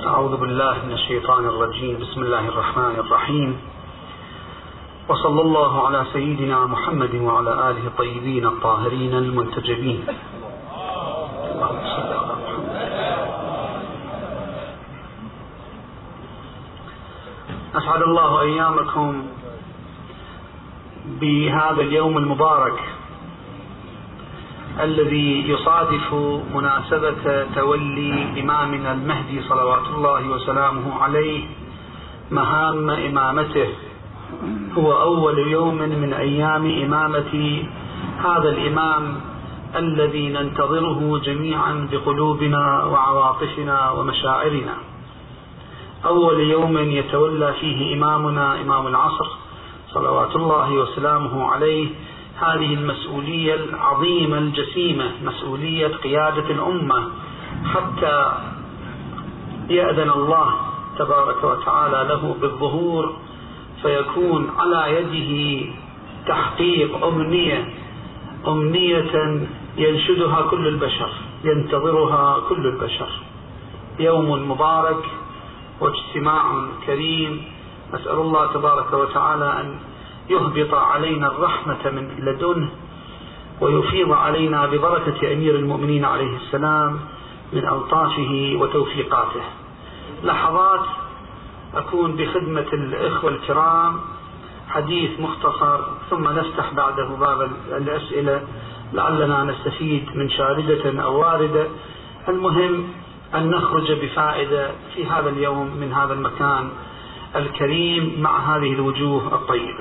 أعوذ بالله من الشيطان الرجيم. بسم الله الرحمن الرحيم، وصلى الله على سيدنا محمد وعلى آله الطيبين الطاهرين المنتجبين. اللهم صل على محمد. أسعد الله أيامكم بهذا اليوم المبارك الذي يصادف مناسبة تولي إمامنا المهدي صلوات الله وسلامه عليه مهام إمامته. هو أول يوم من أيام إمامة هذا الإمام الذي ننتظره جميعا بقلوبنا وعواطفنا ومشاعرنا. أول يوم يتولى فيه إمامنا إمام العصر صلوات الله وسلامه عليه هذه المسؤولية العظيمة الجسيمة، مسؤولية قيادة الأمة، حتى يأذن الله تبارك وتعالى له بالظهور، فيكون على يده تحقيق أمنية ينشدها كل البشر، ينتظرها كل البشر. يوم مبارك واجتماع كريم، أسأل الله تبارك وتعالى أن يهبط علينا الرحمة من لدنه ويفيض علينا ببركة أمير المؤمنين عليه السلام من ألطافه وتوفيقاته. لحظات أكون بخدمة الإخوة الكرام، حديث مختصر ثم نفتح بعده باب الأسئلة لعلنا نستفيد من شاردة أو واردة. المهم أن نخرج بفائدة في هذا اليوم من هذا المكان الكريم مع هذه الوجوه الطيبة.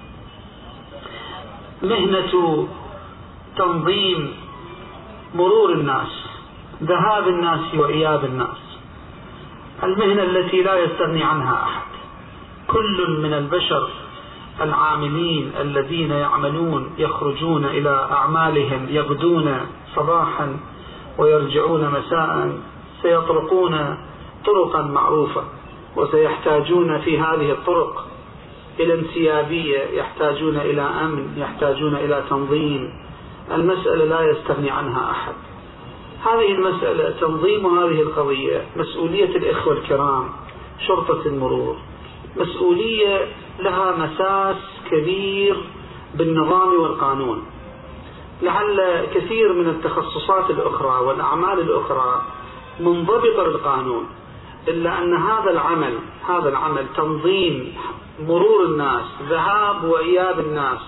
مهنة تنظيم مرور الناس، ذهاب الناس وإياب الناس، المهنة التي لا يستغني عنها أحد. كل من البشر العاملين الذين يعملون يخرجون إلى أعمالهم، يغدون صباحا ويرجعون مساء، سيطرقون طرقا معروفة، وسيحتاجون في هذه الطرق إلى انسيابية، يحتاجون إلى أمن، يحتاجون إلى تنظيم. المسألة لا يستغني عنها أحد. هذه المسألة تنظيم هذه القضية مسؤولية الإخوة الكرام. شرطة المرور مسؤولية لها مساس كبير بالنظام والقانون. لعل كثير من التخصصات الأخرى والأعمال الأخرى منضبطة بالقانون، إلا أن هذا العمل تنظيم مرور الناس، ذهاب وإياب الناس،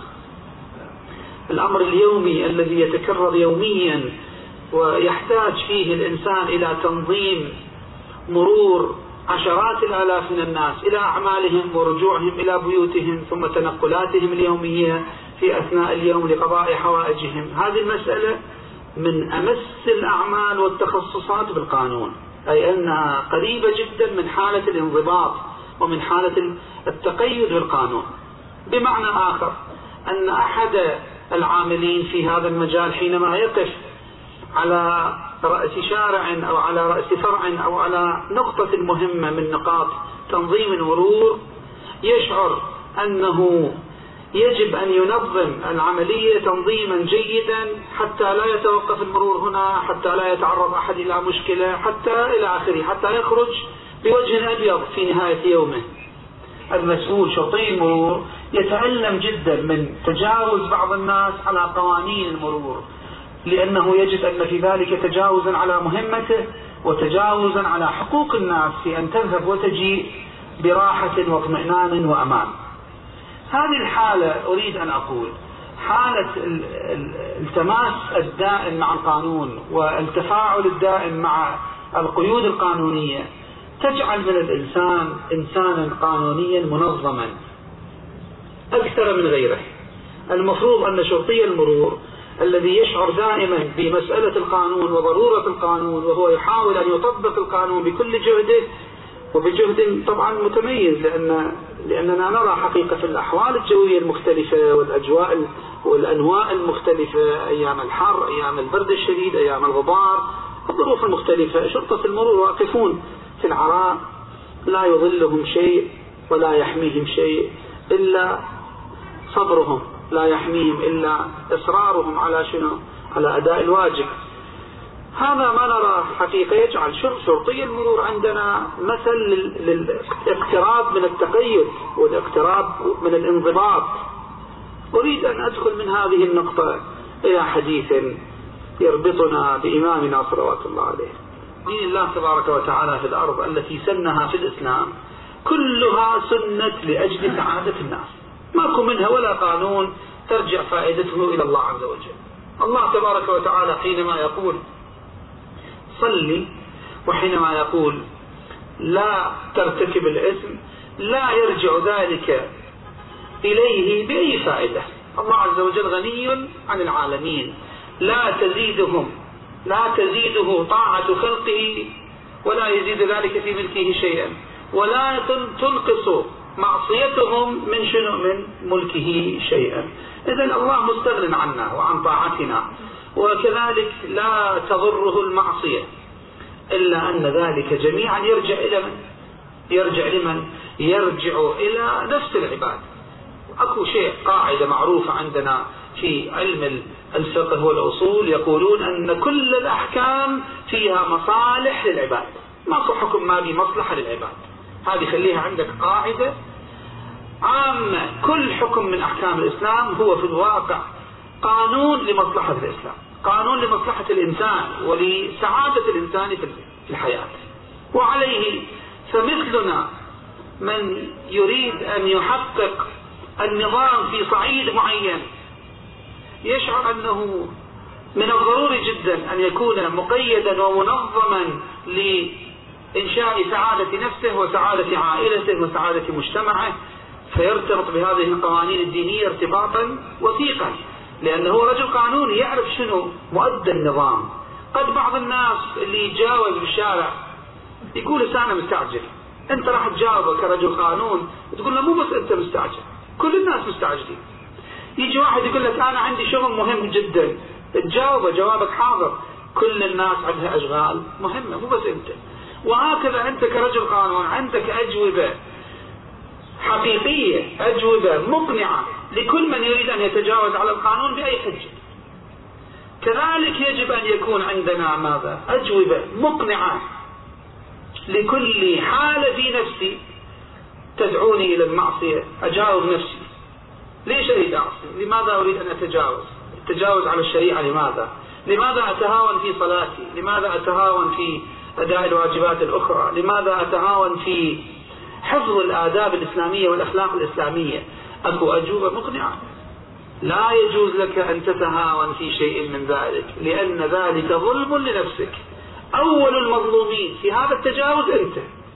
الأمر اليومي الذي يتكرر يوميا ويحتاج فيه الإنسان إلى تنظيم مرور عشرات الآلاف من الناس إلى أعمالهم ورجوعهم إلى بيوتهم، ثم تنقلاتهم اليومية في أثناء اليوم لقضاء حوائجهم. هذه المسألة من أمس الأعمال والتخصصات بالقانون، أي أنها قريبة جدا من حالة الانضباط ومن حالة التقيد بالقانون. بمعنى آخر أن أحد العاملين في هذا المجال حينما يقف على رأس شارع أو على رأس فرع أو على نقطة مهمة من نقاط تنظيم المرور، يشعر أنه يجب أن ينظم العملية تنظيما جيدا حتى لا يتوقف المرور هنا، حتى لا يتعرض أحد إلى مشكلة، حتى إلى آخره، حتى يخرج بوجه أبيض في نهاية يومه. المسؤول شرطي المرور يتألم جدا من تجاوز بعض الناس على قوانين المرور، لأنه يجد أن في ذلك تجاوزا على مهمته وتجاوزا على حقوق الناس في أن تذهب وتجي براحة واطمئنان وأمان. هذه الحالة أريد أن أقول حالة التماس الدائم مع القانون والتفاعل الدائم مع القيود القانونية تجعل من الإنسان إنسانا قانونيا منظما أكثر من غيره. المفروض أن شرطي المرور الذي يشعر دائما بمسألة القانون وضرورة القانون، وهو يحاول أن يطبق القانون بكل جهده وبجهد طبعا متميز، لأننا نرى حقيقة في الأحوال الجوية المختلفة والأجواء والأنواع المختلفة، أيام الحر، أيام البرد الشديد، أيام الغبار، الظروف المختلفة، شرطة المرور واقفون في العراء لا يظلهم شيء ولا يحميهم شيء إلا صبرهم، لا يحميهم إلا إصرارهم على شنو؟ على أداء الواجب. هذا ما نرى حقيقة يجعل شرطي المرور عندنا مثل للاقتراب من التقيد والاقتراب من الانضباط. أريد أن أدخل من هذه النقطة إلى حديث يربطنا بإمامنا صلوات الله عليه. دين الله تبارك وتعالى في الأرض التي سنها في الإسلام كلها سنت لأجل سعادة الناس، ماكو منها ولا قانون ترجع فائدته إلى الله عز وجل. الله تبارك وتعالى حينما يقول صلي، وحينما يقول لا ترتكب الإثم، لا يرجع ذلك إليه بأي فائدة. الله عز وجل غني عن العالمين، لا تزيده طاعة خلقه ولا يزيد ذلك في ملكه شيئا، ولا تنقص معصيتهم من ملكه شيئا. إذن الله مستغن عنا وعن طاعتنا، وكذلك لا تضره المعصية، إلا أن ذلك جميعا يرجع إلى من؟ يرجع إلى نفس العباد. أكو شيء قاعدة معروفة عندنا في علم الفقه والأصول، يقولون أن كل الأحكام فيها مصالح للعباد، ماكو حكم ما به مصلحة للعباد. هذه خليها عندك قاعدة عامة. كل حكم من أحكام الإسلام هو في الواقع قانون لمصلحة الإسلام، قانون لمصلحة الإنسان ولسعادة الإنسان في الحياة. وعليه فمثلنا من يريد أن يحقق النظام في صعيد معين يشعر أنه من الضروري جدا أن يكون مقيدا ومنظما لإنشاء سعادة نفسه وسعادة عائلته وسعادة مجتمعه، فيرتبط بهذه القوانين الدينية ارتباطا وثيقا، لأنه رجل قانوني يعرف شنو مؤدى النظام. قد بعض الناس اللي يتجاوز بالشارع يقول أنا مستعجل، أنت راح تجاوبه كرجل قانون تقول له مو بس أنت مستعجل، كل الناس مستعجلين. يجي واحد يقول لك أنا عندي شغل مهم جدا، تجاوبه جوابك حاضر، كل الناس عندها أشغال مهمة مو بس أنت. وهكذا أنت كرجل قانون عندك أجوبة حقيقية، أجوبة مقنعة لكل من يريد أن يتجاوز على القانون بأي حجة. كذلك يجب أن يكون عندنا ماذا؟ أجوبة مقنعة لكل حالة في نفسي تدعوني إلى المعصية. أجاوب نفسي، ليش أريد أعصي؟ لماذا أريد أن أتجاوز على الشريعة؟ لماذا أتهاون في صلاتي؟ لماذا أتهاون في أداء الواجبات الأخرى؟ لماذا أتهاون في حفظ الآداب الإسلامية والأخلاق الإسلامية؟ أكو أجوبة مقنعة. لا يجوز لك أن تتهاون في شيء من ذلك، لأن ذلك ظلم لنفسك. أول المظلومين في هذا التجاوز أنت.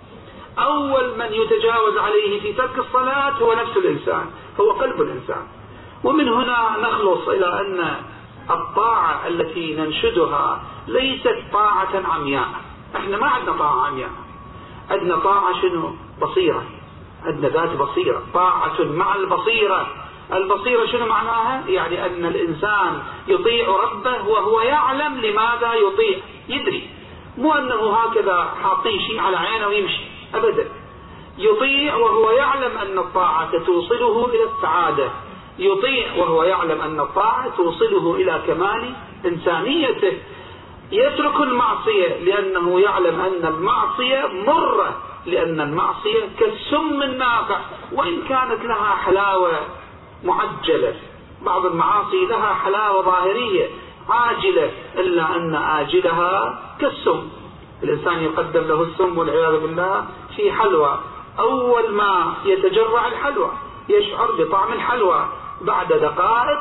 أول من يتجاوز عليه في ترك الصلاة هو نفس الإنسان، هو قلب الإنسان. ومن هنا نخلص إلى أن الطاعة التي ننشدها ليست طاعة عمياء. احنا ما عندنا طاعة عمياء، عندنا طاعة شنو؟ بصيرة، عندنا ذات بصيرة، طاعة مع البصيرة. البصيرة شنو معناها؟ يعني أن الإنسان يطيع ربه وهو يعلم لماذا يطيع، يدري، مو أنه هكذا حاطين شيء على عينه ويمشي، أبدا. يطيع وهو يعلم أن الطاعة توصله إلى السعادة، يطيع وهو يعلم أن الطاعة توصله إلى كمال إنسانيته. يترك المعصية لأنه يعلم أن المعصية مرة، لأن المعصية كالسم الناقع، وإن كانت لها حلاوة معجلة. بعض المعاصي لها حلاوة ظاهرية عاجلة، إلا أن آجلها كالسم. الإنسان يقدم له السم والعياذ بالله في حلوى، أول ما يتجرع الحلوى يشعر بطعم الحلوى، بعد دقائق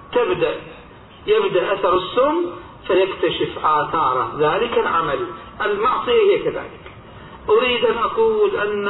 يبدأ أثر السم فيكتشف آثار ذلك العمل. المعصية هي كذلك. أريد أن أقول أن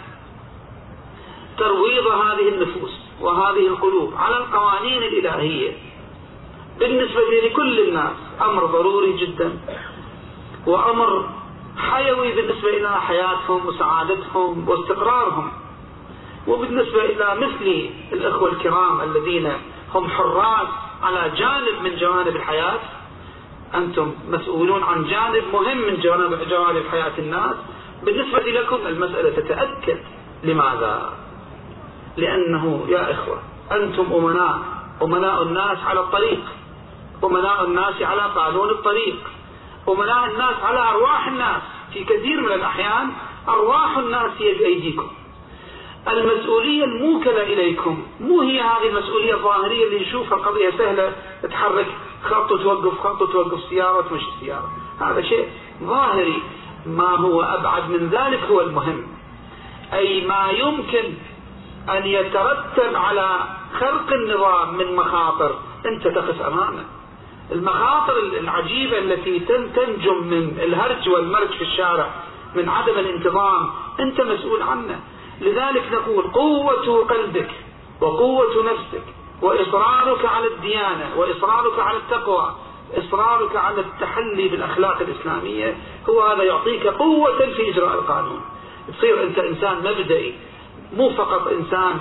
ترويض هذه النفوس وهذه القلوب على القوانين الإلهية بالنسبة لكل الناس أمر ضروري جدا، وأمر حيوي بالنسبة إلى حياتهم وسعادتهم واستقرارهم. وبالنسبة إلى مثل الأخوة الكرام الذين هم حراس على جانب من جوانب الحياة، أنتم مسؤولون عن جانب مهم من جوانب حياة الناس. بالنسبة لكم المسألة تتأكد. لماذا؟ لأنه يا إخوة أنتم أمناء الناس على الطريق، أمناء الناس على قانون الطريق. أمناء الناس على أرواح الناس، في كثير من الأحيان أرواح الناس هي بأيديكم. المسؤولية الموكلة إليكم مو هي هذه المسؤولية الظاهرية اللي نشوفها قضية سهلة، تحرك خط وتوقف خط وتوقف سيارة وتمشي سيارة، هذا شيء ظاهري. ما هو أبعد من ذلك هو المهم، أي ما يمكن أن يترتب على خرق النظام من مخاطر أنت تقف أمامه. المخاطر العجيبة التي تنجم من الهرج والمرج في الشارع، من عدم الانتظام، أنت مسؤول عنه. لذلك نقول قوة قلبك وقوة نفسك وإصرارك على الديانة وإصرارك على التقوى، إصرارك على التحلي بالأخلاق الإسلامية، هو هذا يعطيك قوة في إجراء القانون. تصير أنت إنسان مبدئي، مو فقط إنسان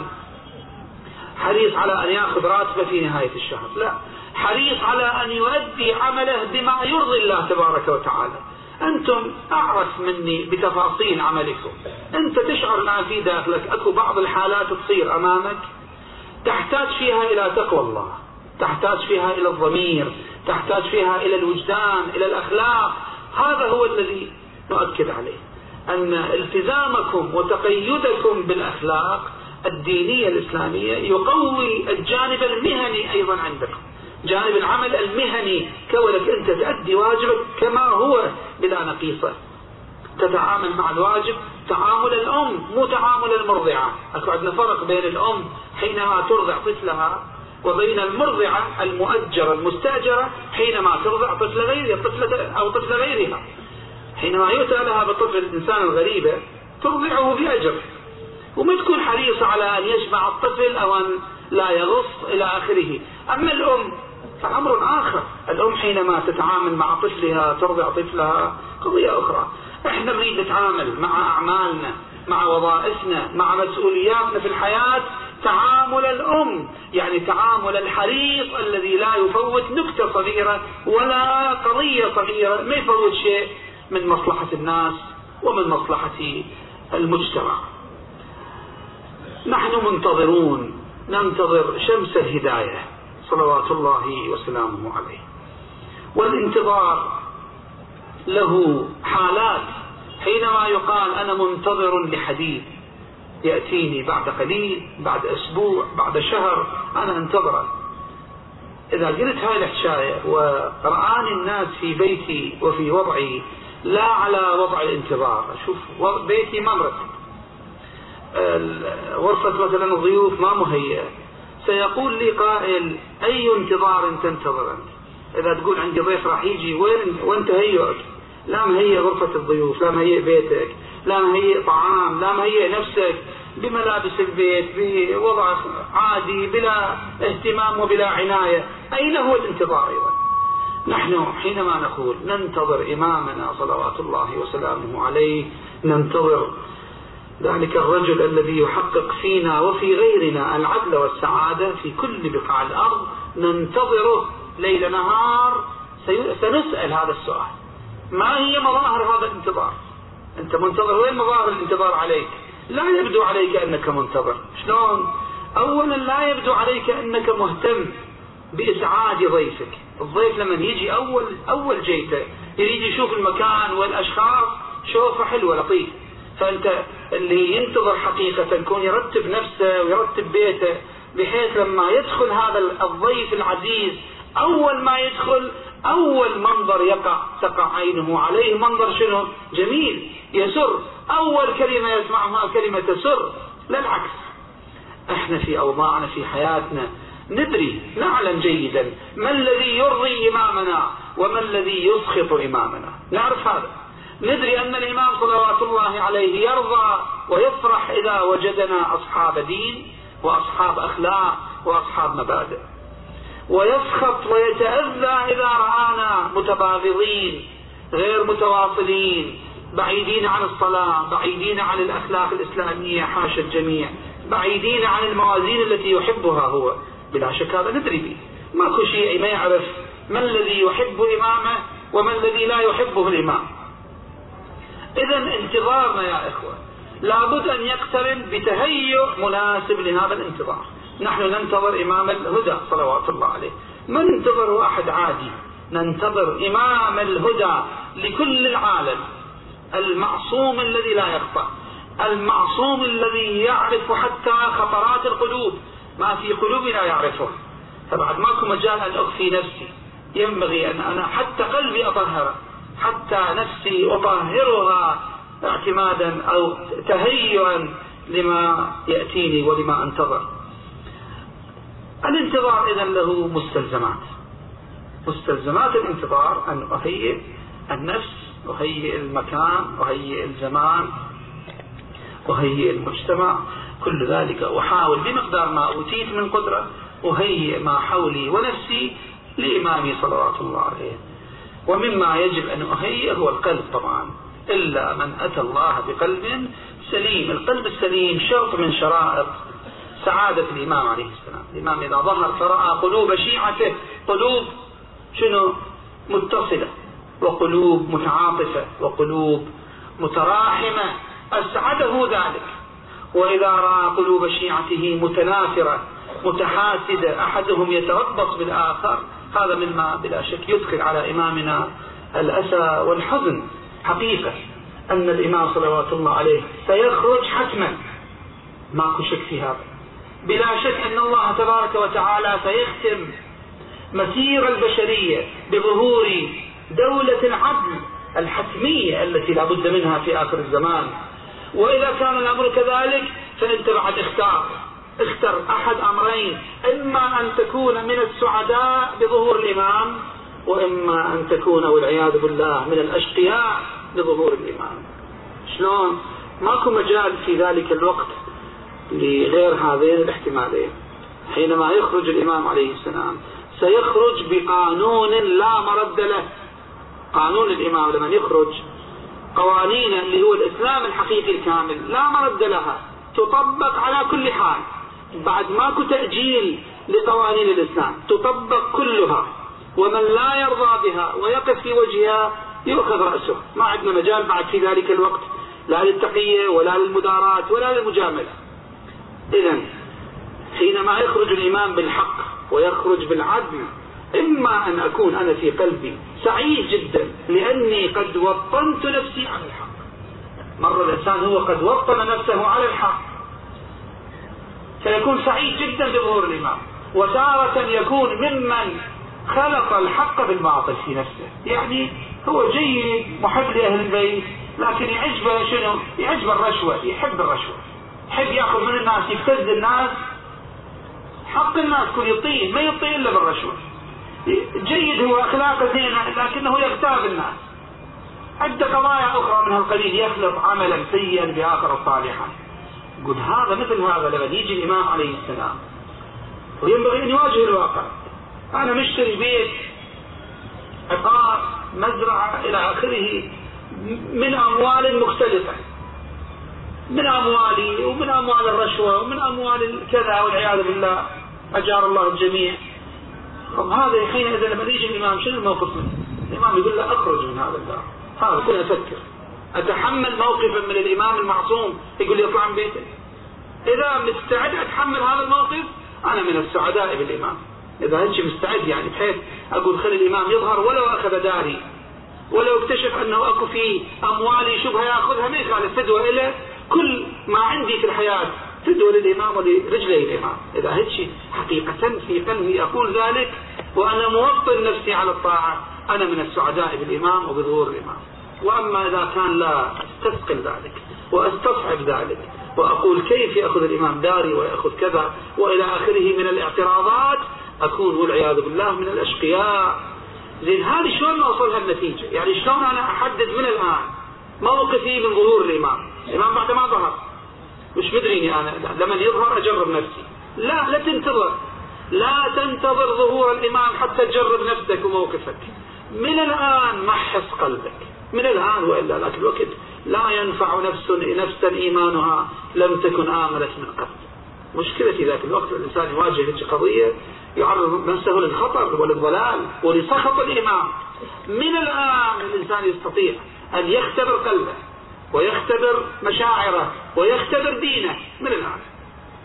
حريص على أن يأخذ راتبه في نهاية الشهر، لا، حريص على أن يؤدي عمله بما يرضي الله تبارك وتعالى. أنتم أعرف مني بتفاصيل عملكم، أنت تشعر الآن في داخلك أكو بعض الحالات تصير أمامك تحتاج فيها إلى تقوى الله، تحتاج فيها إلى الضمير، تحتاج فيها إلى الوجدان، إلى الأخلاق. هذا هو الذي نؤكد عليه، أن التزامكم وتقيدكم بالأخلاق الدينية الإسلامية يقوي الجانب المهني أيضا عندكم، جانب العمل المهني، كونك أنت تؤدي واجبك كما هو بلا نقيصة، تتعامل مع الواجب تعامل الأم مو تعامل المرضعة. أكو عندنا فرق بين الأم حينما ترضع طفلها وبين المرضعة المؤجرة المستأجرة حينما ترضع طفل غيرها أو طفل غيرها. حينما يؤتى لها بطفل الإنسان الغريبة ترضعه بأجر، وما تكون حريصة على أن يشبع الطفل أو أن لا يغص إلى آخره. أما الأم فأمر آخر، الأم حينما تتعامل مع طفلها ترضع طفلها قضية أخرى. احنا نريد نتعامل مع أعمالنا، مع وظائفنا، مع مسؤولياتنا في الحياة تعامل الأم، يعني تعامل الحريص الذي لا يفوت نكتة صغيرة ولا قضية صغيرة، ما يفوت شيء من مصلحة الناس ومن مصلحة المجتمع. نحن منتظرون، ننتظر شمس الهداية صلوات الله وسلامه عليه، والانتظار له حالات. حينما يقال أنا منتظر لحديث يأتيني بعد قليل، بعد أسبوع، بعد شهر، أنا انتظره. إذا قلت هاي الحكاية ورآني الناس في بيتي وفي وضعي لا على وضع الانتظار، أشوف بيتي ما مرتب، غرفة مثلا الضيوف ما مهيئة، سيقول لي قائل أي انتظار تنتظر أنت؟ إذا تقول عندي ضيف راح يجي وين تهيئك؟ لا مهيئ غرفة الضيوف، لا مهيئ بيتك، لا مهيئ طعام، لا مهيئ نفسك بملابس البيت بوضع عادي بلا اهتمام وبلا عناية. أين هو الانتظار أيضا؟ نحن حينما نقول ننتظر إمامنا صلوات الله وسلامه عليه، ننتظر ذلك الرجل الذي يحقق فينا وفي غيرنا العدل والسعادة في كل بقاع الأرض، ننتظره ليل نهار. سنسأل هذا السؤال: ما هي مظاهر هذا الانتظار؟ أنت منتظر، وين مظاهر الانتظار عليك؟ لا يبدو عليك أنك منتظر. شلون؟ أولا لا يبدو عليك أنك مهتم بإسعاد ضيفك. الضيف لما يجي أول جيته يريد يشوف المكان والأشخاص شوفه حلوة لطيف، فأنت اللي ينتظر حقيقة يكون يرتب نفسه ويرتب بيته، بحيث لما يدخل هذا الضيف العزيز أول ما يدخل أول منظر تقع عينه عليه منظر شنو؟ جميل يسر. أول كلمة يسمعها كلمة تسر، لا العكس. احنا في أوضاعنا في حياتنا ندري، نعلم جيدا ما الذي يرضي إمامنا وما الذي يسخط إمامنا، نعرف هذا. ندري أن الإمام صلوات الله عليه يرضى ويفرح إذا وجدنا أصحاب دين وأصحاب أخلاق وأصحاب مبادئ، ويسخط ويتأذى إذا رآنا متباغضين غير متواصلين، بعيدين عن الصلاة، بعيدين عن الأخلاق الإسلامية حاشا الجميع، بعيدين عن الموازين التي يحبها هو. بلا شك هذا ندري به، ماكو شيء ما يعرف ما الذي يحب إمامه وما الذي لا يحبه الإمام. إذن انتظارنا يا إخوة لابد أن يقترن بتهيؤ مناسب لهذا الانتظار. نحن ننتظر إمام الهدى صلوات الله عليه، ما ننتظر واحد عادي ننتظر إمام الهدى لكل العالم، المعصوم الذي لا يخطأ، المعصوم الذي يعرف حتى خطرات القلوب، ما في قلوبنا يعرفه. فبعد ماكو مجال أن أخفي نفسي، ينبغي أن أنا حتى قلبي أطهره، حتى نفسي أطهرها اعتمادا أو تهيئا لما يأتيني ولما أنتظر. الانتظار إذن له مستلزمات الانتظار، أن أهيئ النفس، أهيئ المكان، أهيئ الزمان، أهيئ المجتمع، كل ذلك أحاول بمقدار ما أوتيت من قدرة أهيئ ما حولي ونفسي لإمامي صلوات الله عليه. ومما يجب أن أهيئ هو القلب طبعا، إلا من أتى الله بقلب سليم. القلب السليم شرط من شرائط سعادة الإمام عليه السلام. الإمام إذا ظهر فرأى قلوب شيعته قلوب متصلة، وقلوب متعاطفة، وقلوب متراحمة، أسعده ذلك. وإذا رأى قلوب شيعته متنافرة متحاسدة، أحدهم يتربص بالآخر، هذا مما بلا شك يدخل على إمامنا الأسى والحزن. حقيقة أن الإمام صلوات الله عليه سيخرج حتما، ماكو شك في هذا. بلا شك أن الله تبارك وتعالى سيختم مسير البشرية بظهور دولة العدل الحتمية التي لا بد منها في آخر الزمان. وإذا كان الأمر كذلك فأنت بعد اختر أحد أمرين، إما أن تكون من السعداء بظهور الإمام، وإما أن تكون والعياذ بالله من الأشقياء بظهور الإمام. شلون؟ ماكو مجال في ذلك الوقت لغير هذين الاحتمالين. حينما يخرج الإمام عليه السلام سيخرج بقانون لا مرد له. قانون الإمام لمن يخرج قوانين اللي هو الإسلام الحقيقي الكامل لا مرد لها، تطبق على كل حال. بعد ماكو تأجيل لقوانين الإسلام، تطبق كلها، ومن لا يرضى بها ويقف في وجهها يؤخذ رأسه. ما عندنا مجال بعد في ذلك الوقت لا للتقية ولا للمداراة ولا للمجاملة. إذن حينما يخرج الإمام بالحق ويخرج بالعدل، إما أن أكون أنا في قلبي سعيد جدا لأني قد وطنت نفسي على الحق. مرة الإنسان هو قد وطن نفسه على الحق فيكون سعيد جدا بظهور الإمام، وتارة يكون ممن خلق الحق بالباطل في نفسه. يعني هو جيد محب لأهل البيت، لكن يعجبه شنو؟ يعجبه الرشوة، يحب الرشوة، يحب يأخذ من الناس، يبتز الناس، حق الناس كل يطيع، ما يطيع إلا بالرشوة. جيد هو أخلاقه زينة لكنه يغتاب الناس. عدة قضايا أخرى من هالقليل، يخلط عملا سيئا بآخر صالحا. قل هذا مثل هذا لما يجي الإمام عليه السلام وينبغي أن يواجه الواقع. أنا مشتري بيت، عقار، مزرعة إلى آخره من أموال مختلفة، من أموالي ومن أموال الرشوة ومن أموال كذا والعياذ بالله، أجار الله الجميع. طب هذا حينئذ لما يجي الإمام شنو الموقف منه؟ الإمام يقول له أخرج من هذا الدار. هذا كله أفكر، أتحمل موقفا من الإمام المعصوم يقول لي اطلع من بيتك؟ إذا مستعد أتحمل هذا الموقف أنا من السعداء بالإمام. إذا أنت مستعد يعني بحيث أقول خلي الإمام يظهر ولو أخذ داري، ولو اكتشف أنه أكو فيه أموالي شبهة يأخذها، ما يخالف، فدوى إلى كل ما عندي في الحياة، فدوى للإمام ولرجلي الإمام. إذا هيك حقيقة في قلبي أقول ذلك وأنا موطن نفسي على الطاعة، أنا من السعداء بالإمام وبظهور الإمام. وأما إذا كان لا أستثقل ذلك وأستصعب ذلك وأقول كيف يأخذ الإمام داري ويأخذ كذا وإلى آخره من الاعتراضات، أكون والعياذ بالله من الأشقياء. زين هذه شلون أوصلها النتيجة؟ يعني شلون أنا أحدد من الآن موقفي من ظهور الإمام؟ الإمام بعد ما ظهر مش مدريني أنا، لما يظهر أجرب نفسي. لا تنتظر، لا تنتظر ظهور الإمام حتى تجرب نفسك وموقفك. من الآن محص قلبك، من الآن، وإلا ذاك الوقت لا ينفع نفسا إيمانها لم تكن آمنت من قبل. مشكلة في ذاك الوقت الإنسان يواجه هذه قضية يعرض نفسه للخطر وللضلال ولسخط الإمام. من الآن الإنسان يستطيع أن يختبر قلبه ويختبر مشاعره ويختبر دينه من الآن.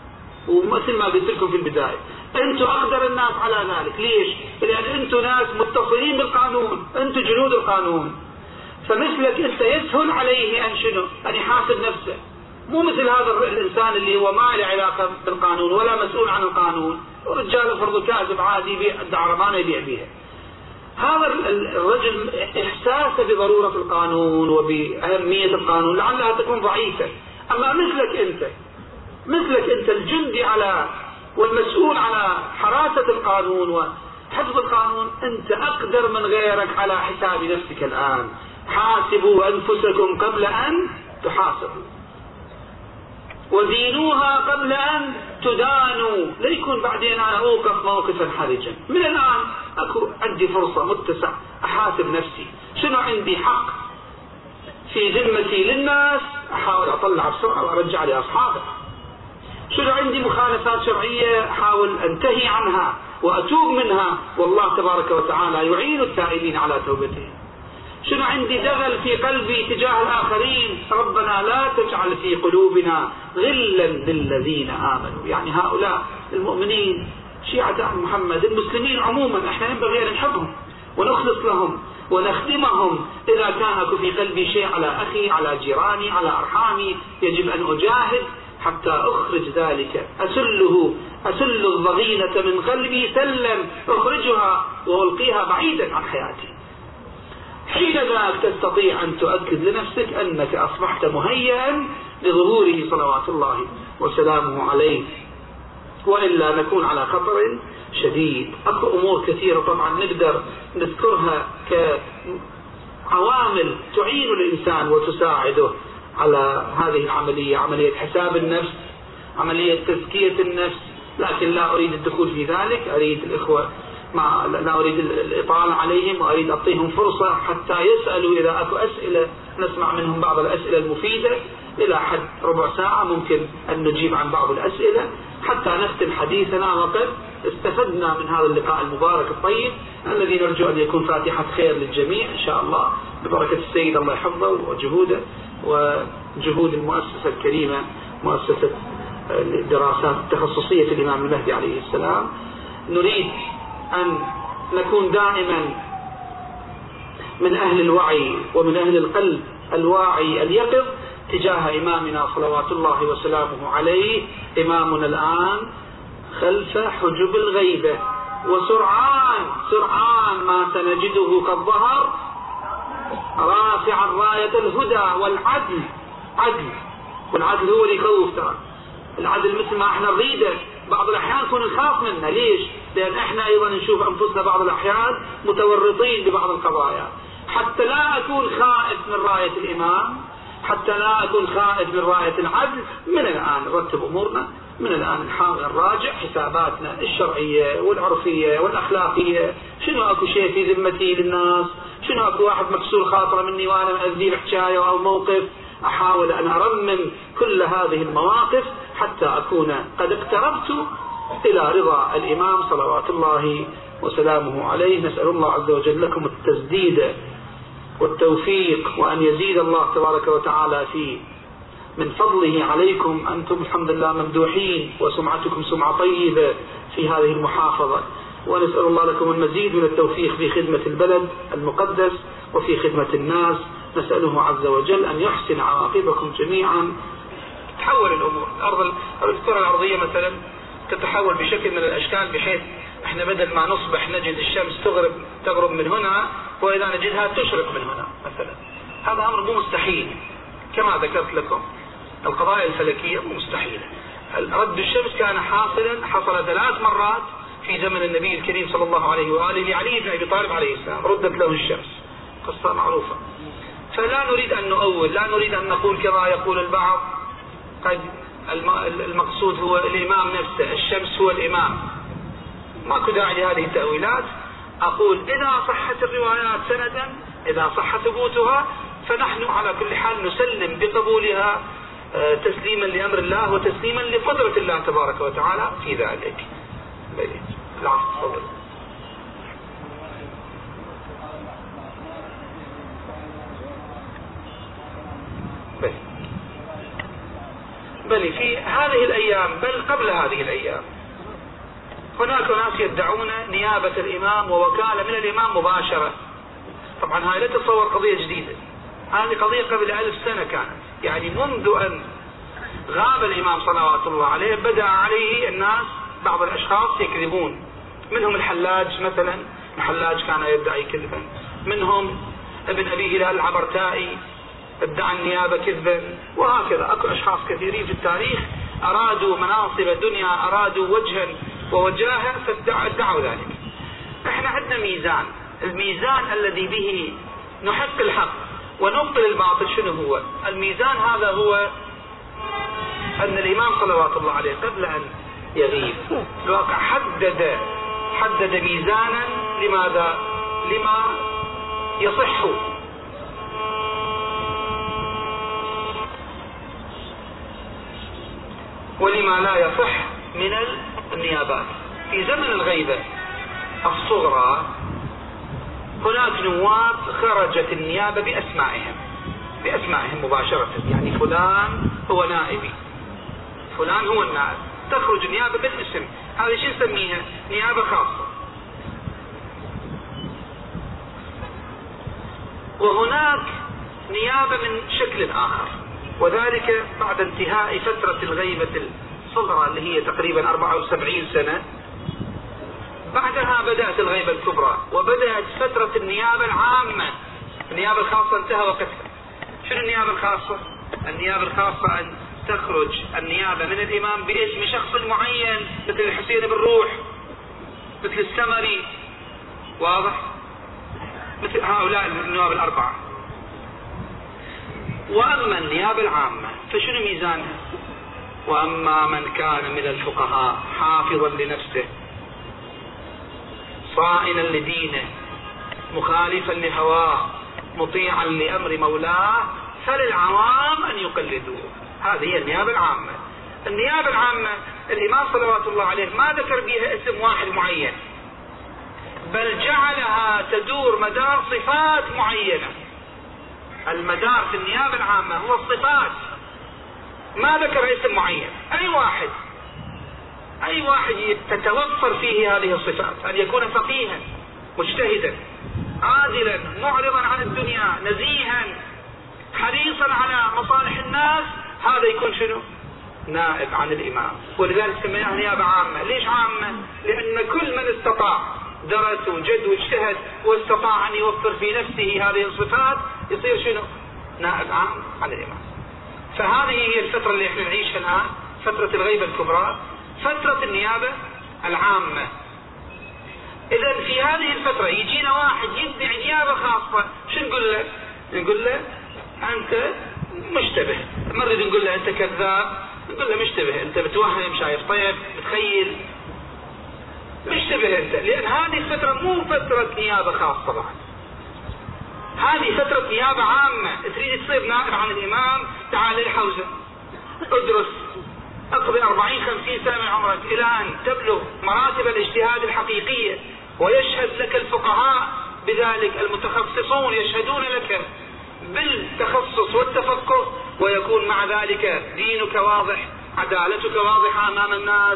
ومثل ما قلت لكم في البداية أنتم أقدر الناس على ذلك. ليش؟ لأن أنتم ناس متصلين بالقانون، أنتم جنود القانون، فمثلك أنت يسهل عليه أن شنو؟ أن يحاسب نفسه، مو مثل هذا الإنسان اللي هو ما له علاقة بالقانون ولا مسؤول عن القانون، ورجال فرض كاذب عادي يبيع الدعربانة يبيع بيها. هذا الرجل إحساسه بضرورة القانون وبأهمية القانون لعلها تكون ضعيفة. أما مثلك أنت الجندي على والمسؤول على حراسة القانون وحفظ القانون، أنت أقدر من غيرك على حساب نفسك الآن. حاسبوا أنفسكم قبل أن تحاسبوا، ودينوها قبل أن تدانوا، ليكون بعدين أنا أوقف موقفا حرجا. من الآن عندي فرصة متسع أحاسب نفسي، شنو عندي حق في ذمتي للناس أحاول أطلع بسرعة وأرجع لأصحابه، شنو عندي مخالفات شرعية أحاول أنتهي عنها وأتوب منها، والله تبارك وتعالى يعين التائبين على توبتهم. شنو عندي دغل في قلبي تجاه الآخرين، ربنا لا تجعل في قلوبنا غلا للذين آمنوا، يعني هؤلاء المؤمنين شيعة محمد المسلمين عموما احنا ينبغي أن نحبهم ونخلص لهم ونخدمهم. إذا كان في قلبي شيء على أخي، على جيراني، على أرحامي، يجب أن أجاهد حتى أخرج ذلك، أسل الضغينة من قلبي سلا أخرجها وألقيها بعيدا عن حياتي. حين ذاك تستطيع أن تؤكد لنفسك أنك أصبحت مهيئا لظهوره صلوات الله وسلامه عليه، وإلا نكون على خطر شديد. أكو أمور كثيرة طبعا نقدر نذكرها كعوامل تعين الإنسان وتساعده على هذه العملية، عملية حساب النفس، عملية تزكية النفس، لكن لا أريد الدخول في ذلك. أريد الإخوة لا أريد الإطالة عليهم، وأريد أعطيهم فرصة حتى يسألوا إذا أكو أسئلة، نسمع منهم بعض الأسئلة المفيدة إلى حد ربع ساعة، ممكن أن نجيب عن بعض الأسئلة حتى نختم حديثنا، وقد استفدنا من هذا اللقاء المبارك الطيب الذي نرجو أن يكون فاتحة خير للجميع إن شاء الله ببركة السيد الله يحفظه وجهوده وجهود المؤسسة الكريمة، مؤسسة الدراسات التخصصية في الإمام المهدي عليه السلام. نريد أن نكون دائما من أهل الوعي ومن أهل القلب الواعي اليقظ تجاه إمامنا صلوات الله وسلامه عليه. إمامنا الآن خلف حجب الغيبة، وسرعان ما سنجده قد ظهر رافعا راية الهدى والعدل. والعدل هو اللي يخوف ترى، العدل مثل ما احنا نريده بعض الأحيان نكون نخاف منه. ليش؟ لأن احنا أيضا نشوف أنفسنا بعض الأحيان متورطين ببعض القضايا. حتى لا أكون خائف من راية الإمام، حتى لا أكون خائف من راية العدل، من الآن نرتب أمورنا، من الآن نحاول نراجع حساباتنا الشرعية والعرفية والأخلاقية. شنو أكو شيء في ذمتي للناس، شنو أكو واحد مكسور خاطره مني وأنا مأذيه بحكاية أو موقف، أحاول أن أرمم كل هذه المواقف حتى أكون قد اقتربت إلى رضا الإمام صلوات الله وسلامه عليه. نسأل الله عز وجل لكم التسديد والتوفيق، وأن يزيد الله تبارك وتعالى من فضله عليكم. أنتم الحمد لله ممدوحين وسمعتكم سمعة طيبة في هذه المحافظة، ونسأل الله لكم المزيد من التوفيق في خدمة البلد المقدس وفي خدمة الناس. نسأله عز وجل أن يحسن عواقبكم جميعا. تتحول الأمور، الكرة الأرضية مثلا تتحول بشكل من الأشكال، بحيث احنا بدل ما نصبح نجد الشمس تغرب من هنا، وإذا نجدها تشرق من هنا مثلا. هذا أمر مو مستحيل، كما ذكرت لكم القضايا الفلكية مو مستحيلة. رد الشمس كان حصل 3 مرات في زمن النبي الكريم صلى الله عليه وآله لعلي بن أبي طالب عليه السلام، ردت له الشمس، قصة معروفة. فلا نريد أن نؤول، لا نريد أن نقول كما يقول البعض قد المقصود هو الإمام نفسه، الشمس هو الإمام. ماكو داعي لهذه التأويلات. أقول إذا صحت الروايات سندا، إذا صح ثبوتها، فنحن على كل حال نسلم بقبولها تسليما لأمر الله وتسليما لقدرة الله تبارك وتعالى في ذلك. العفو، تفضل. بل في هذه الأيام، بل قبل هذه الأيام، هناك ناس يدعون نيابة الإمام ووكالة من الإمام مباشرة. طبعا هاي لا تتصور قضية جديدة، هذه قضية قبل 1000 سنة كانت، يعني منذ أن غاب الإمام صلوات الله عليه بدأ عليه الناس بعض الأشخاص يكذبون، منهم الحلاج مثلا، الحلاج كان يدعي كذبا، منهم ابن أبي هلال العبرتائي ادعى النيابة كذبا، وهكذا أكو أشخاص كثيرين في التاريخ أرادوا مناصب دنيا، أرادوا وجها ووجاهة فادعوا ذلك. احنا عندنا ميزان، الميزان الذي به نحق الحق ونبطل الباطل. شنو هو الميزان؟ هذا هو أن الإمام صلوات الله عليه قبل أن يغيب الواقع حدد ميزانا. لماذا؟ لما يصح ولما لا يصح من النيابات. في زمن الغيبة الصغرى هناك نواب خرجت النيابة بأسمائهم مباشرة، يعني فلان هو نائبي، فلان هو النائب، تخرج النيابة بالاسم. هذا شو نسميها؟ نيابة خاصة. وهناك نيابة من شكل آخر، وذلك بعد انتهاء فترة الغيبة الصغرى اللي هي تقريبا 74 سنة. بعدها بدأت الغيبة الكبرى وبدأت فترة النيابة العامة. النيابة الخاصة انتهى وقتها. شنو النيابة الخاصة؟ النيابة الخاصة أن تخرج النيابة من الإمام باسم شخص معين، مثل الحسين بن روح، مثل السمري، واضح؟ مثل هؤلاء النواب الأربعة. وأما النيابة العامة فشنو ميزانها؟ وأما من كان من الفقهاء حافظا لنفسه صائنا لدينه مخالفا لهواه مطيعا لأمر مولاه فللعوام أن يقلدوه. هذه هي النيابة العامة. النيابة العامة الإمام صلوات الله عليه ما ذكر بها اسم واحد معين، بل جعلها تدور مدار صفات معينة. المدار في النيابة العامة هو الصفات، ما ذكر اسم معين. أي واحد تتوفر فيه هذه الصفات، أن يكون فقيها مجتهدا عادلا معرضا عن الدنيا نزيها حريصا على مصالح الناس، هذا يكون شنو؟ نائب عن الإمام. ولذلك سميناها نيابة عامة. ليش عامة؟ لأن كل من استطاع درس وجد واجتهد واستطاع أن يوفر في نفسه هذه الصفات يصير شنو؟ نائب عام عن الإمام. فهذه هي الفترة اللي احنا نعيشها الآن، فترة الغيبة الكبرى، فترة النيابة العامة. إذا في هذه الفترة يجينا واحد يدعي نيابة خاصة، شو نقول له؟ نقول له أنت مشتبه. مرة نقول له أنت كذاب، نقول له مشتبه، أنت بتوهم، شايف طيب، بتخيل، مشتبه أنت. لأن هذه الفترة مو فترة نيابة خاصة بعد، هذه فترة نيابة عامة. تريد تصير نائب عن الإمام، تعال للحوزة، ادرس، اقضي 40-50 سنة من عمرك إلى أن تبلغ مراتب الاجتهاد الحقيقية، ويشهد لك الفقهاء بذلك، المتخصصون يشهدون لك بالتخصص والتفقه، ويكون مع ذلك دينك واضح، عدالتك واضحة أمام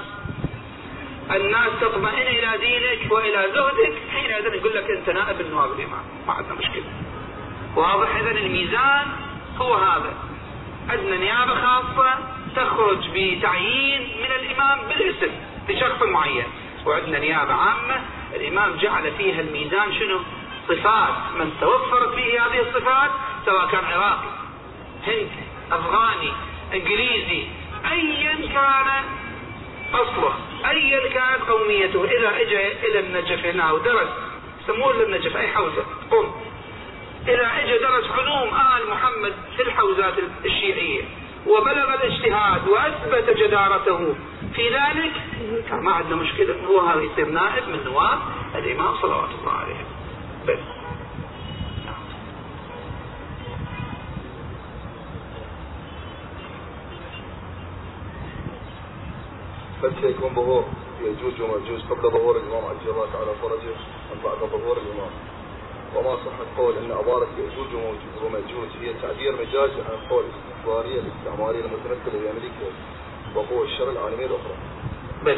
الناس تطمئن إلى دينك وإلى زهدك. حينئذ يقول لك أنت نائب من نواب الإمام، ما عندنا مشكلة. واضح؟ إذن الميزان هو هذا. عندنا نيابة خاصة تخرج بتعيين من الإمام بالاسم لشخص معين، وعندنا نيابة عامة الإمام جعل فيها الميزان شنو؟ صفات من توفرت فيه هذه الصفات، سواء كان عراقي، هندي، أفغاني، إنجليزي، أيا كان أصله، أيا كانت قوميته، إذا إجا إلى النجف هنا ودرس، يسموه للنجف أي حوزة قم، إذا إجا درس علوم آل محمد في الحوزات الشيعية وبلغ الاجتهاد وأثبت جدارته في ذلك، ما عندنا مشكلة، هو هذا يصير نائب من نواب الإمام صلوات الله عليه. بس متى يكون ظهور يجوز ومجوز؟ قبل ظهور الإمام عجل الله تعالى فرجه أم بعد ظهور الإمام؟ وما صح القول أن عبارة يأجوج ومأجوج هي تعبير مجازي عن القول الاستخبارية الاستعمارية المتمثلة في أمريكا وقوى الشر العالمية الأخرى؟ بل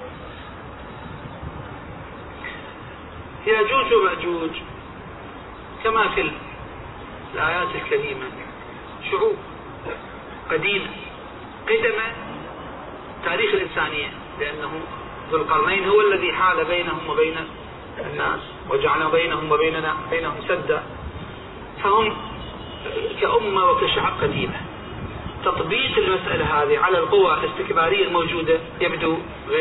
يأجوج ومأجوج كما في الآيات الكريمة شعوب قديمة قدم تاريخ الإنسانية، لأنه ذو القرنين هو الذي حال بينهم وبين الناس وجعل بينهم بينهم سدا، فهم كأمة وكشعب قديمة. تطبيق المسألة هذه على القوى الاستكبارية الموجودة يبدو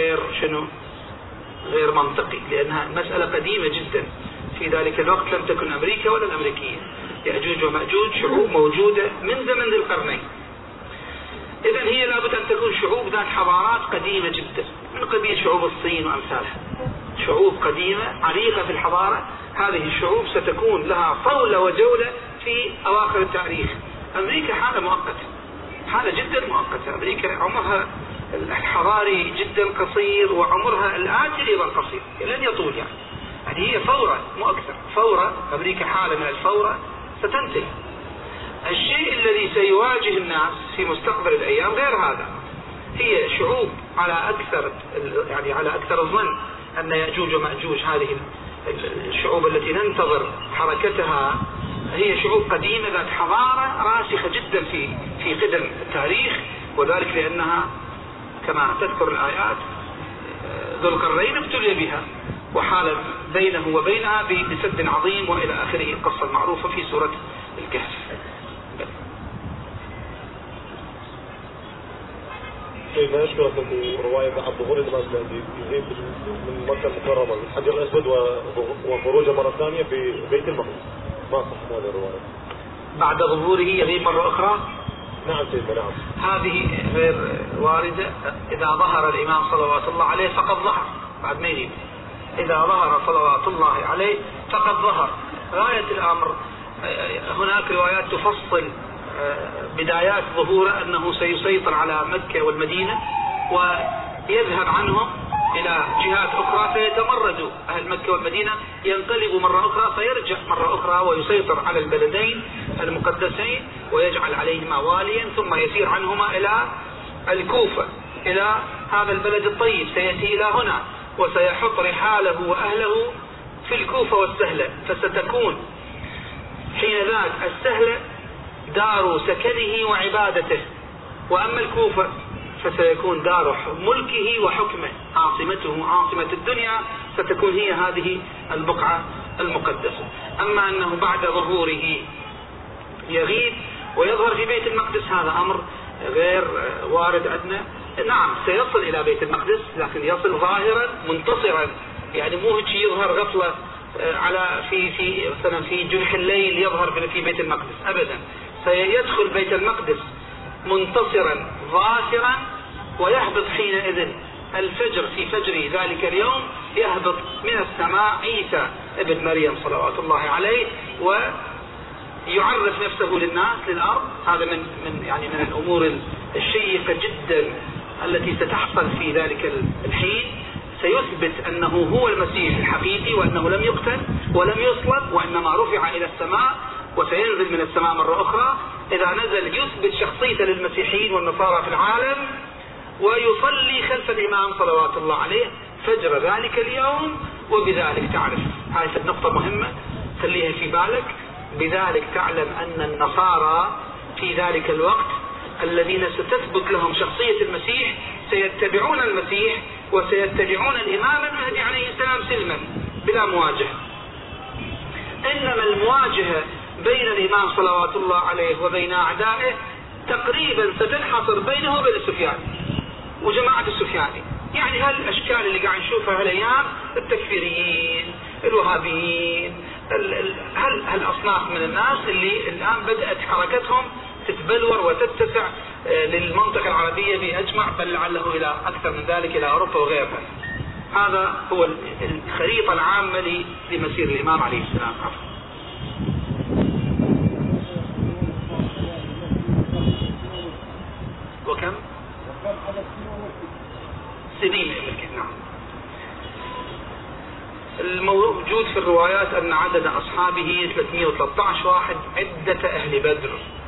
غير منطقي، لأنها مسألة قديمة جدا. في ذلك الوقت لم تكن أمريكا ولا الأمريكيين. يأجوج ومأجوج شعوب موجودة من زمن ذي القرنين، إذن هي لابد أن تكون شعوب ذات حضارات قديمة جدا من قبيل شعوب الصين وأمثالها، شعوب قديمة عريقة في الحضارة. هذه الشعوب ستكون لها طولة وجولة في أواخر التاريخ. أمريكا حالة مؤقتة، حالة جدا مؤقتة. أمريكا عمرها الحضاري جدا قصير وعمرها الآتي أيضا قصير، لن يطول يعني هي فورة مو أكثر. فورة أمريكا حالة من الفورة ستنتهي. الشيء الذي سيواجه الناس في مستقبل الأيام غير هذا. هي شعوب على أكثر الظن أن يأجوج ومأجوج هذه الشعوب التي ننتظر حركتها هي شعوب قديمة ذات حضارة راسخة جدا في قدم التاريخ، وذلك لأنها كما تذكر الآيات ذو القرنين ابتلي بها وحال بينه وبينها بسد عظيم وإلى آخره، القصة المعروفة في سورة الكهف. ما يشكرك في رواية عن ظهور الإمام المهدي يزيد من مكة المكرمة الحجر الأسود وخروجه مرة ثانية في بيت المقدس، ما صح هذه الرواية؟ بعد ظهوره يغيب مرة أخرى؟ نعم سيدنا نعم. هذه غير واردة. إذا ظهر الإمام صلوات الله عليه فقد ظهر، بعد ما يغيب. إذا ظهر صلوات الله عليه فقد ظهر. غاية الأمر هناك روايات تفصل بدايات ظهوره أنه سيسيطر على مكة والمدينة ويذهب عنهم إلى جهات أخرى، فيتمردوا أهل مكة والمدينة، ينقلب مرة أخرى فيرجع مرة أخرى ويسيطر على البلدين المقدسين ويجعل عليهما واليا، ثم يسير عنهما إلى الكوفة، إلى هذا البلد الطيب. سيأتي إلى هنا وسيحط رحاله وأهله في الكوفة والسهلة، فستكون حين ذاك السهلة دار سكنه وعبادته، وأما الكوفة فسيكون دار ملكه وحكمه، عاصمته عاصمة الدنيا ستكون هي هذه البقعة المقدسة. أما أنه بعد ظهوره يغيب ويظهر في بيت المقدس هذا أمر غير وارد عندنا. نعم سيصل إلى بيت المقدس لكن يصل ظاهرا منتصرا، يعني مو هيك يظهر غفلة على في مثلا في جنح الليل يظهر في بيت المقدس أبدا. سيدخل بيت المقدس منتصرا ظافرا، ويهبط حينئذ الفجر في فجر ذلك اليوم، يهبط من السماء عيسى ابن مريم صلوات الله عليه ويعرف نفسه للناس للأرض. هذا من الأمور الشيقة جدا التي ستحصل في ذلك الحين. سيثبت أنه هو المسيح الحقيقي وأنه لم يقتل ولم يصلب وإنما رفع إلى السماء وسينزل من السماء مرة أخرى. إذا نزل يثبت شخصيته للمسيحيين والنصارى في العالم ويصلي خلف الإمام صلوات الله عليه فجر ذلك اليوم. وبذلك تعرف، هذه النقطة مهمة خليها في بالك، بذلك تعلم أن النصارى في ذلك الوقت الذين ستثبت لهم شخصية المسيح سيتبعون المسيح وسيتبعون الإمام المهدي عليه السلام سلما بلا مواجهة. إنما المواجهة بين الإمام صلوات الله عليه وبين أعدائه تقريبا ستنحصر بينه وبين السفياني وجماعة السفياني. يعني هالأشكال اللي قاعد نشوفها هالأيام، التكفيريين، الوهابيين، هالأصناف من الناس اللي الآن بدأت حركتهم تتبلور وتتسع للمنطقة العربية بأجمع، بل لعله إلى أكثر من ذلك إلى أوروبا وغيرها. هذا هو الخريطة العامة لمسير الإمام عليه السلام. وكم سنين يمكن. نعم الموجود في الروايات أن عدد أصحابه 313 واحد عدة أهل بدر.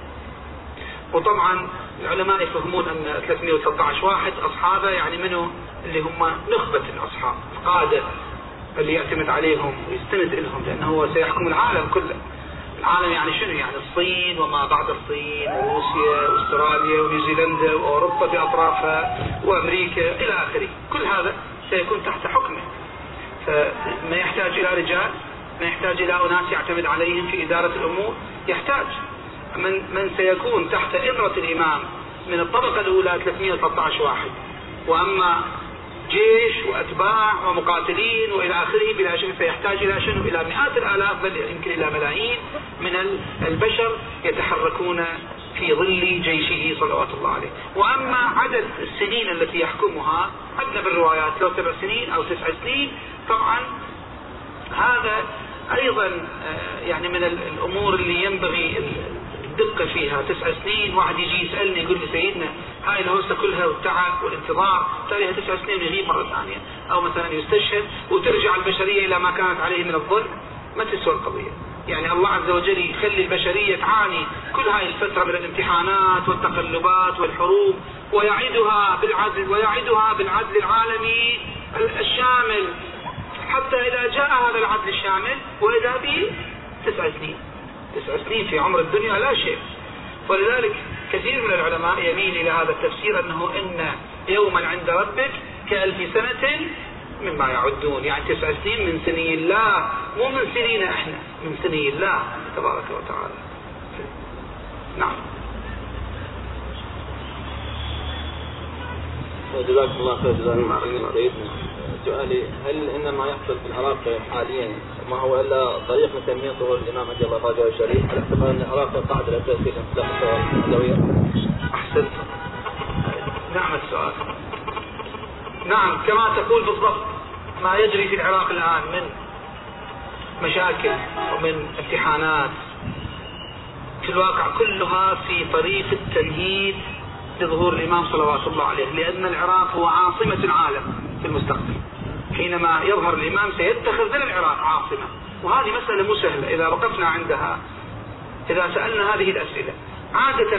وطبعا العلماء يفهمون أن 313 واحد أصحابه يعني منه اللي هم نخبة الأصحاب، القادة اللي يعتمد عليهم ويستند لهم، لأنه هو سيحكم العالم كله. العالم يعني شنو؟ يعني الصين وما بعد الصين وروسيا واستراليا ونيوزيلندا وأوروبا بأطرافها وأمريكا إلى آخره، كل هذا سيكون تحت حكمه. فما يحتاج إلى رجال، ما يحتاج إلى أناس يعتمد عليهم في إدارة الأمور، يحتاج من سيكون تحت إمرة الإمام من الطبقة الأولى 313 واحد. وأما جيش وأتباع ومقاتلين وإلى آخره بلا شك سيحتاج إلى شنو؟ إلى مئات الآلاف بل يمكن إلى ملايين من البشر يتحركون في ظل جيشه صلوات الله عليه. وأما عدد السنين التي يحكمها عندنا بالروايات لو 7 سنين أو 9 سنين، طبعا هذا أيضا يعني من الأمور اللي ينبغي الدقة فيها. 9 سنين واحد يجي يسألني يقول لي سيدنا هاي الهوسة كلها والتعب والانتظار تاليها 9 سنين يغيب مرة ثانية، أو مثلا يستشهد وترجع البشرية إلى ما كانت عليه من الظلم، ما تسوى القضية. يعني الله عز وجل يخلي البشرية تعاني كل هاي الفترة من الامتحانات والتقلبات والحروب، ويعيدها بالعدل العالمي الشامل، حتى إذا جاء هذا العدل الشامل وإذا به 9 سنين. 9 سنين في عمر الدنيا لا شيء. ولذلك كثير من العلماء يميل إلى هذا التفسير أنه إن يوما عند ربك ك1000 سنة مما يعدون، يعني 9 سنين من سني الله، مو من سنين احنا، من سني الله تبارك وتعالى. نعم. جزاكم الله خير. جزاكم الله خير. سؤالي، هل إن ما يحصل في العراق حاليا ما هو إلا طريق من تنمية ظهور الإمام عجل الله فرجه الشريف، على اعتبار أن العراق القاعدة الأساسية للانفتاح الأولوية؟ أحسنت. نعم السؤال. نعم كما تقول بالضبط، ما يجري في العراق الآن من مشاكل ومن امتحانات في الواقع كلها في طريق التمهيد لظهور الإمام صلوات الله عليه، لأن العراق هو عاصمة العالم في المستقبل. حينما يظهر الإمام سيتخذ ذل العراق عاصمة، وهذه مسألة مو سهلة إذا وقفنا عندها، إذا سألنا هذه الأسئلة. عادة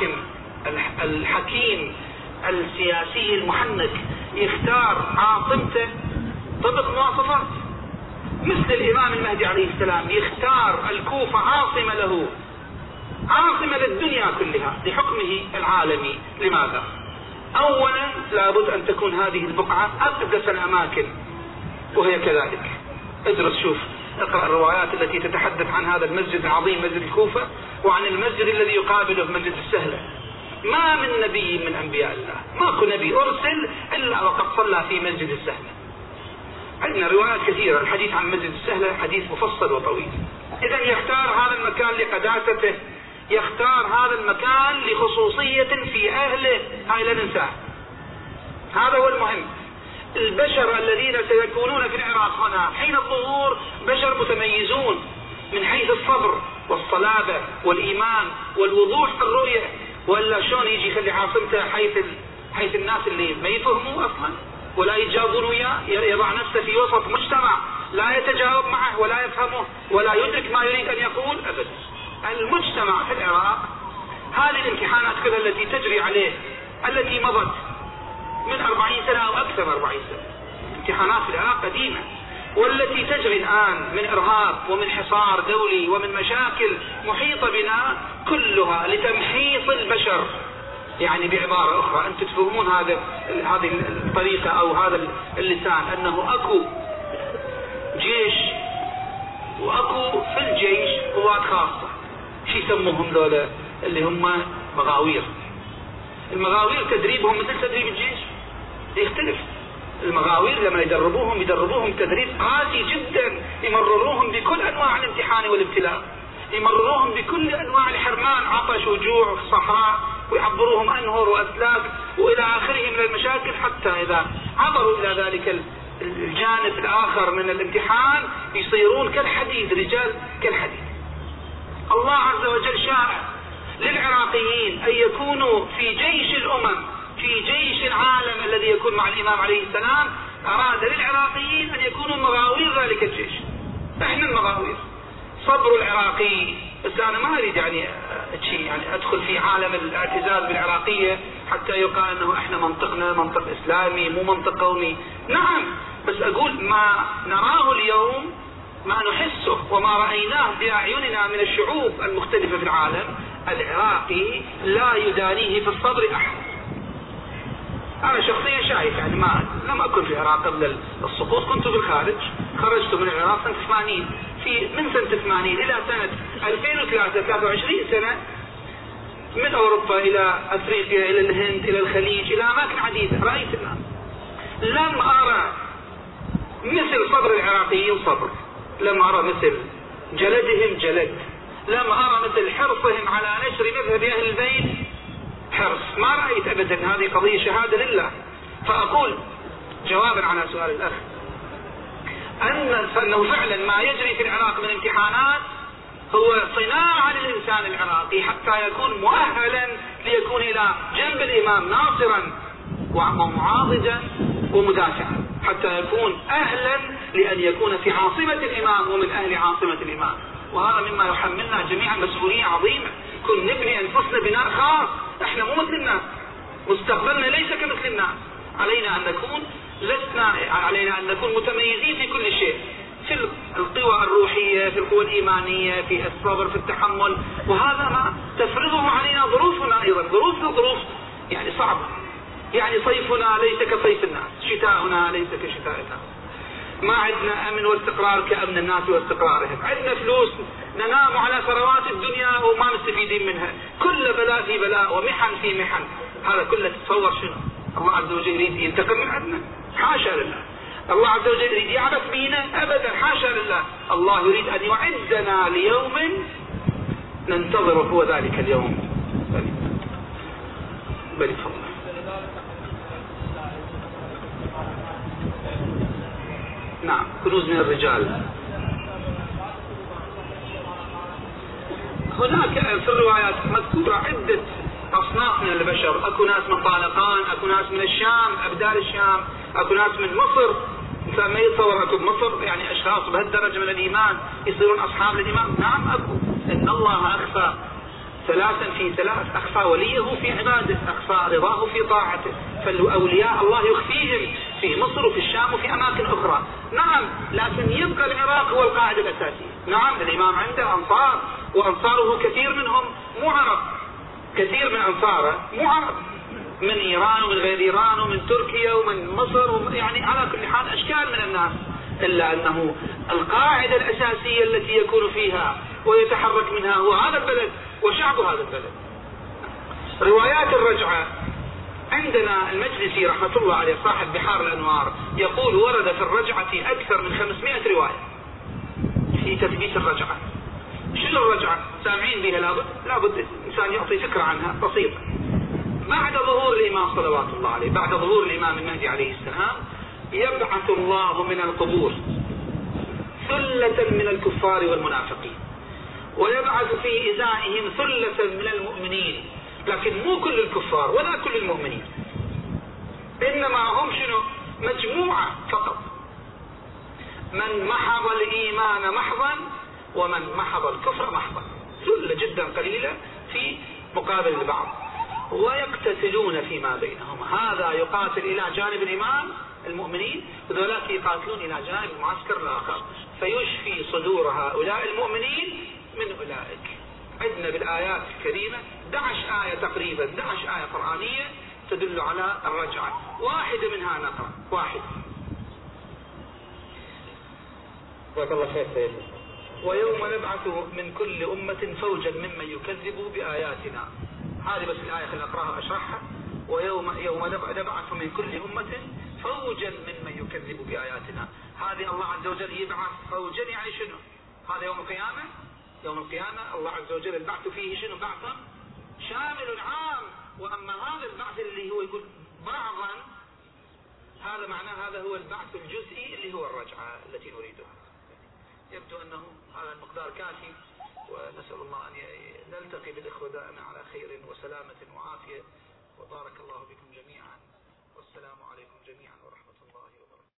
الحكيم السياسي المحنك يختار عاصمته طبق مواصفات، مثل الإمام المهدي عليه السلام يختار الكوفة عاصمة له، عاصمة للدنيا كلها لحكمه العالمي. لماذا؟ أولا لابد أن تكون هذه البقعة أقدس الأماكن، وهي كذلك. ادرس شوف، اقرأ الروايات التي تتحدث عن هذا المسجد العظيم مسجد الكوفة، وعن المسجد الذي يقابله مسجد السهلة. ما من نبي من أنبياء الله، ماكو نبي أرسل إلا وقد صلى في مسجد السهلة. عندنا روايات كثيرة، الحديث عن مسجد السهلة حديث مفصل وطويل. إذا يختار هذا المكان لقداسته، يختار هذا المكان لخصوصية في أهله، هاي لا ننساه. هذا هو المهم. البشر الذين سيكونون في العراق هنا حين الظهور بشر متميزون من حيث الصبر والصلابة والإيمان والوضوح في الرؤية، ولا شلون يجي يخلي عاصمته حيث الناس اللي ما يفهموا أصلا ولا يتجاوبون وياه، يضع نفسه في وسط مجتمع لا يتجاوب معه ولا يفهمه ولا يدرك ما يريد أن يقول أبدا. المجتمع في العراق هذه الامتحانات كلها التي تجري عليه، التي مضت من 40 سنة أو أكثر من 40 سنة، امتحانات في العراق قديمة، والتي تجري الآن من إرهاب ومن حصار دولي ومن مشاكل محيطة بنا، كلها لتمحيص البشر. يعني بعبارة أخرى أنتم تفهمون هذه الطريقة أو هذا اللسان، أنه أكو جيش وأكو في الجيش قوات خاصة. شو يسموهم ذولا؟ اللي هم مغاوير. المغاوير تدريبهم مثل تدريب الجيش؟ يختلف. المغاوير لما يدربوهم تدريب قاسي جدا، يمرروهم بكل أنواع الامتحان والابتلاء، يمرروهم بكل أنواع الحرمان، عطش وجوع في الصحراء، ويعبروهم أنهر وأسلاك وإلى آخره من المشاكل، حتى إذا عبروا إلى ذلك الجانب الآخر من الامتحان يصيرون كالحديد، رجال كالحديد. الله عز وجل شاء للعراقيين أن يكونوا في جيش الأمم، في جيش العالم الذي يكون مع الإمام عليه السلام، أراد للعراقيين أن يكونوا مغاوير ذلك الجيش. احنا المغاوير. صبر العراقي، بس أنا ما أريد يعني أدخل في عالم الاعتزاز بالعراقية حتى يقال أنه احنا منطقنا منطق إسلامي مو منطق قومي. نعم، بس أقول ما نراه اليوم، ما نحسه وما رأيناه بأعيننا من الشعوب المختلفة في العالم، العراقي لا يدانيه في الصبر أحد. أنا شخصيا شايف يعني لم أكن في العراق قبل السقوط، كنت في الخارج، خرجت من العراق سنة 80، من سنة 80 إلى سنة 2003 23 سنة من أوروبا إلى أفريقيا إلى الهند إلى الخليج إلى أماكن عديدة، رأيت الناس. لم أرى مثل صبر العراقيين صبر، لم أرى مثل جلدهم جلد، لم أرى مثل حرصهم على نشر مذهب أهل البيت حرص، ما رأيت أبدا. هذه قضية شهادة لله. فأقول جوابا على سؤال الأخ أنه فعلا ما يجري في العراق من امتحانات هو صناعة للإنسان العراقي حتى يكون مؤهلا ليكون إلى جنب الإمام ناصرا ومعاضدا ومدافعا، حتى يكون أهلا لأن يكون في عاصمة الإمام ومن أهل عاصمة الإمام. وهذا مما يحملنا جميعا مسؤولية عظيمة. كن نبني أنفسنا بناء خاص، احنا مو مثل الناس، مستقبلنا ليس كمثل الناس. علينا أن نكون متميزين في كل شيء، في القوى الروحية، في القوى الإيمانية، في الصبر، في التحمل. وهذا ما تفرضه علينا ظروفنا أيضا. ظروف يعني صعبة، يعني صيفنا ليس كصيف الناس، شتاؤنا ليس كشتاء الناس. ما عندنا أمن واستقرار كأمن الناس واستقرارهم. عندنا فلوس ننام على ثروات الدنيا وما مستفيدين منها. كل بلاء في بلاء ومحن في محن. هذا كله تتصور شنو؟ الله عز وجل يريد ينتقم من عندنا؟ حاشا لله. الله عز وجل يريد يعبث بينا؟ أبدا، حاشا لله. الله يريد أن يعدنا ليوم ننتظره، هو ذلك اليوم. بل تفضل. نعم، كنوز من الرجال. هناك في الروايات مذكورة عدة أصناف من البشر. أكو ناس من طالقان، أكو ناس من الشام، أبدال الشام، أكو ناس من مصر. إنسان ما يتصور أكو بمصر يعني أشخاص بهالدرجة من الإيمان يصيرون أصحاب للإمام. نعم أكو. إن الله أخفى ثلاثا في ثلاث، أخفى وليه في عباده، أخفى رضاه في طاعته. فالأولياء الله يخفيهم في مصر وفي الشام وفي أماكن أخرى. نعم، لكن يبقى العراق هو القاعدة الأساسية. نعم، الإمام عنده أنصار، وأنصاره كثير منهم مو عرب، كثير من أنصاره مو عرب، من إيران ومن غير إيران ومن تركيا ومن مصر، يعني على كل حال أشكال من الناس. إلا أنه القاعدة الأساسية التي يكون فيها ويتحرك منها هو هذا البلد وشعب هذا البلد. روايات الرجعة عندنا المجلسي رحمة الله عليه صاحب بحار الأنوار يقول ورد في الرجعة أكثر من 500 رواية في تثبيت الرجعة. شنو الرجعة؟ سامعين بها؟ لابد إنسان يعطي فكرة عنها بسيطة. بعد ظهور الإمام صلوات الله عليه، بعد ظهور الإمام المهدي عليه السلام، يبعث الله من القبور ثلة من الكفار والمنافقين، ويبعث في إزائهم ثلة من المؤمنين، لكن مو كل الكفار ولا كل المؤمنين، إنما هم شنو؟ مجموعة فقط، من محض الإيمان محضا ومن محض الكفر محضا، ثلة جدا قليلة في مقابل البعض، ويقتتلون فيما بينهم. هذا يقاتل إلى جانب الإمام المؤمنين، وذولاك يقاتلون إلى جانب المعسكر الآخر، فيشفي صدور هؤلاء المؤمنين من أولئك. عندنا بالآيات الكريمة 11 آية تقريبا، 11 آية قرآنية تدل على الرجعة، واحدة منها نقرأ. واحد. جزاك الله خير سيدنا. ويوم نبعث من كل أمة فوجا ممن يكذب بآياتنا. هذه بس الآية خلينا نقراها أشرحها. ويوم نبعث من كل أمة فوجا ممن يكذب بآياتنا. هذه الله عز وجل يبعث فوجا، يعني شنو؟ هذا يوم القيامة. يوم القيامة الله عز وجل البعث فيه شنو؟ بعثا شامل عام. وأما هذا البعث اللي هو يقول بعضا، هذا معناه هذا هو البعث الجزئي اللي هو الرجعة التي نريدها. يبدو أنه هذا المقدار كافي، ونسأل الله أن نلتقي بالإخوة دائما على خير وسلامة وعافية، وبارك الله بكم جميعا. والسلام عليكم جميعا ورحمة الله وبركاته.